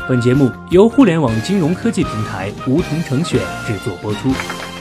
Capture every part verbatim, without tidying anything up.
本节目由互联网金融科技平台梧桐城选制作播出。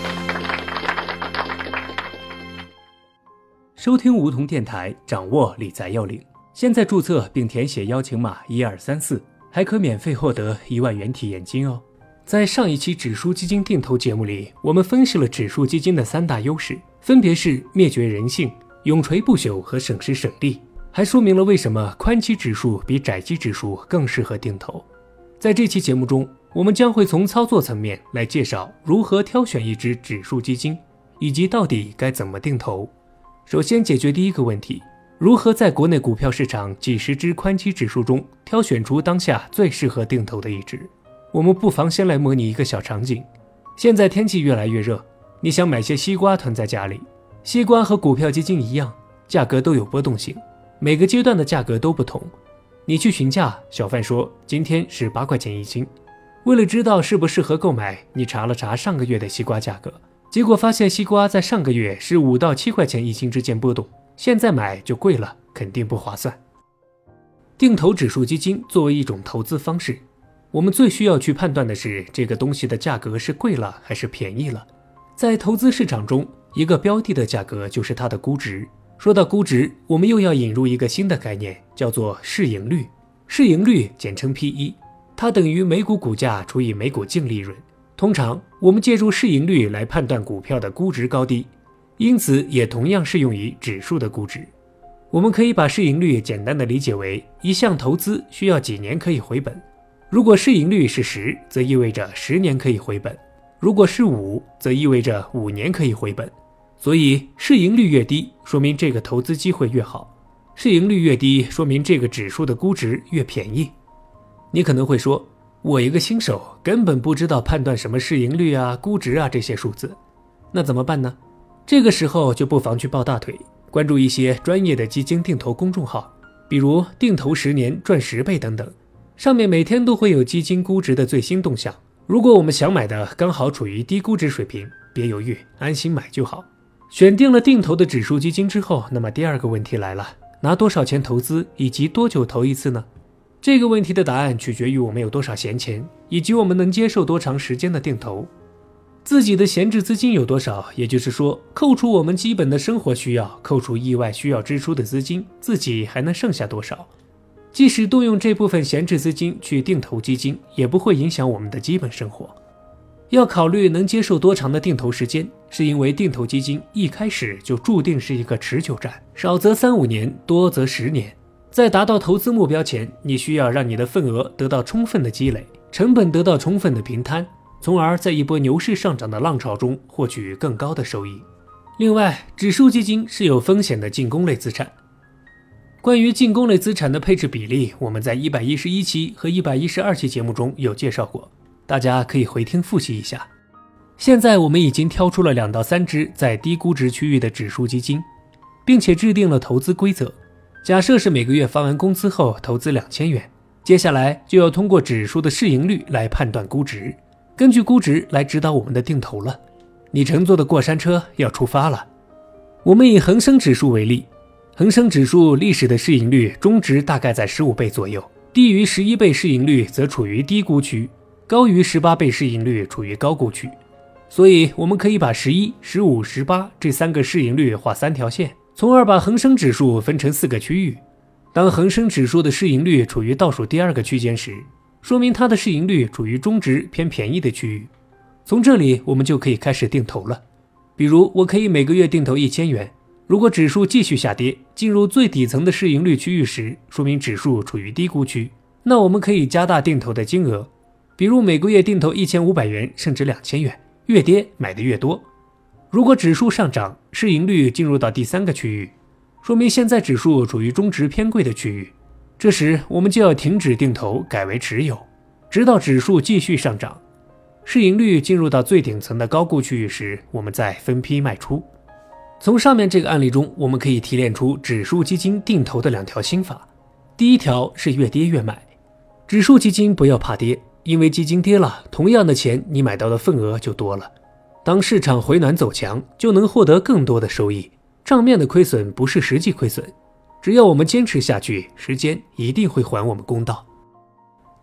收听梧桐电台，掌握理财要领。现在注册并填写邀请码一二三四，还可免费获得一万元体验金哦。在上一期指数基金定投节目里，我们分析了指数基金的三大优势，分别是灭绝人性、永垂不朽和省时省力，还说明了为什么宽基指数比窄基指数更适合定投。在这期节目中，我们将会从操作层面来介绍如何挑选一只指数基金，以及到底该怎么定投。首先解决第一个问题，如何在国内股票市场几十只宽基指数中挑选出当下最适合定投的一只。我们不妨先来模拟一个小场景。现在天气越来越热，你想买些西瓜囤在家里。西瓜和股票基金一样，价格都有波动性，每个阶段的价格都不同。你去询价，小贩说今天是八块钱一斤。为了知道适不适合购买，你查了查上个月的西瓜价格，结果发现西瓜在上个月是五到七块钱一斤之间波动，现在买就贵了，肯定不划算。定投指数基金作为一种投资方式，我们最需要去判断的是这个东西的价格是贵了还是便宜了。在投资市场中，一个标的的价格就是它的估值。说到估值，我们又要引入一个新的概念，叫做市盈率。市盈率简称 P E， 它等于每股股价除以每股净利润。通常我们借助市盈率来判断股票的估值高低，因此也同样适用于指数的估值。我们可以把市盈率简单的理解为一项投资需要几年可以回本。如果市盈率是十，则意味着十年可以回本；如果是五，则意味着五年可以回本。所以市盈率越低，说明这个投资机会越好；市盈率越低，说明这个指数的估值越便宜。你可能会说，我一个新手根本不知道判断什么市盈率啊、估值啊这些数字，那怎么办呢？这个时候就不妨去抱大腿，关注一些专业的基金定投公众号，比如定投十年赚十倍等等，上面每天都会有基金估值的最新动向。如果我们想买的刚好处于低估值水平，别犹豫，安心买就好。选定了定投的指数基金之后，那么第二个问题来了，拿多少钱投资以及多久投一次呢？这个问题的答案取决于我们有多少闲钱，以及我们能接受多长时间的定投。自己的闲置资金有多少，也就是说，扣除我们基本的生活需要，扣除意外需要支出的资金，自己还能剩下多少？即使动用这部分闲置资金去定投基金，也不会影响我们的基本生活。要考虑能接受多长的定投时间，是因为定投基金一开始就注定是一个持久战，少则三五年，多则十年。在达到投资目标前，你需要让你的份额得到充分的积累，成本得到充分的平摊，从而在一波牛市上涨的浪潮中获取更高的收益。另外，指数基金是有风险的进攻类资产。关于进攻类资产的配置比例，我们在一百一十一期和一百一十二期节目中有介绍过，大家可以回听复习一下。现在我们已经挑出了两到三只在低估值区域的指数基金，并且制定了投资规则。假设是每个月发完工资后投资两千元，接下来就要通过指数的市盈率来判断估值，根据估值来指导我们的定投了。你乘坐的过山车要出发了。我们以恒生指数为例，恒生指数历史的市盈率中值大概在十五倍左右，低于十一倍市盈率则处于低估区，高于十八倍市盈率处于高估区。所以我们可以把十一、十五、十八这三个市盈率画三条线，从而把恒生指数分成四个区域。当恒生指数的市盈率处于倒数第二个区间时，说明它的市盈率处于中值偏便宜的区域。从这里我们就可以开始定投了。比如我可以每个月定投一千元，如果指数继续下跌，进入最底层的市盈率区域时，说明指数处于低估区，那我们可以加大定投的金额，比如每个月定投一千五百元甚至两千元，越跌买的越多。如果指数上涨，市盈率进入到第三个区域，说明现在指数处于中值偏贵的区域，这时我们就要停止定投，改为持有，直到指数继续上涨。市盈率进入到最顶层的高估区域时，我们再分批卖出。从上面这个案例中，我们可以提炼出指数基金定投的两条心法。第一条是越跌越买，指数基金不要怕跌，因为基金跌了，同样的钱你买到的份额就多了。当市场回暖走强，就能获得更多的收益，账面的亏损不是实际亏损，只要我们坚持下去，时间一定会还我们公道。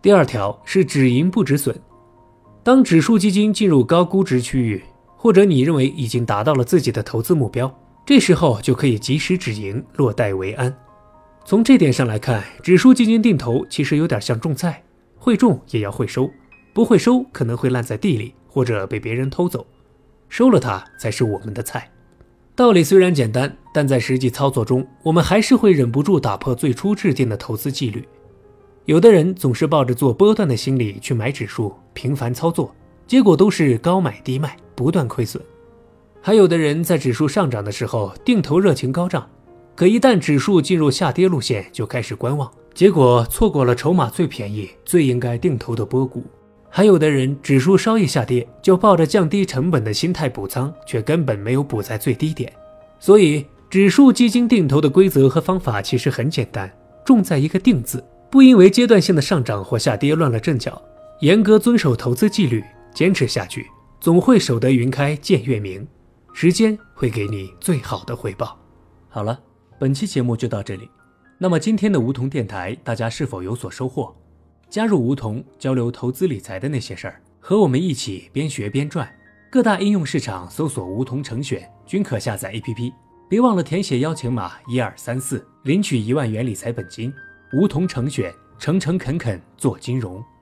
第二条是止盈不止损。当指数基金进入高估值区域，或者你认为已经达到了自己的投资目标，这时候就可以及时止盈，落袋为安。从这点上来看，指数基金定投其实有点像种菜，会种也要会收，不会收可能会烂在地里，或者被别人偷走，收了它才是我们的菜。道理虽然简单，但在实际操作中，我们还是会忍不住打破最初制定的投资纪律。有的人总是抱着做波段的心理去买指数，频繁操作，结果都是高买低卖，不断亏损。还有的人在指数上涨的时候定投热情高涨，可一旦指数进入下跌路线就开始观望，结果错过了筹码最便宜、最应该定投的波谷。还有的人指数稍一下跌，就抱着降低成本的心态补仓，却根本没有补在最低点。所以指数基金定投的规则和方法其实很简单，重在一个定字，不因为阶段性的上涨或下跌乱了阵脚，严格遵守投资纪律，坚持下去，总会守得云开见月明，时间会给你最好的回报。好了，本期节目就到这里。那么今天的梧桐电台大家是否有所收获？加入梧桐，交流投资理财的那些事儿，和我们一起边学边赚。各大应用市场搜索梧桐成选，均可下载 A P P。别忘了填写邀请码一二三四，领取一万元理财本金。梧桐成选，诚诚恳恳做金融。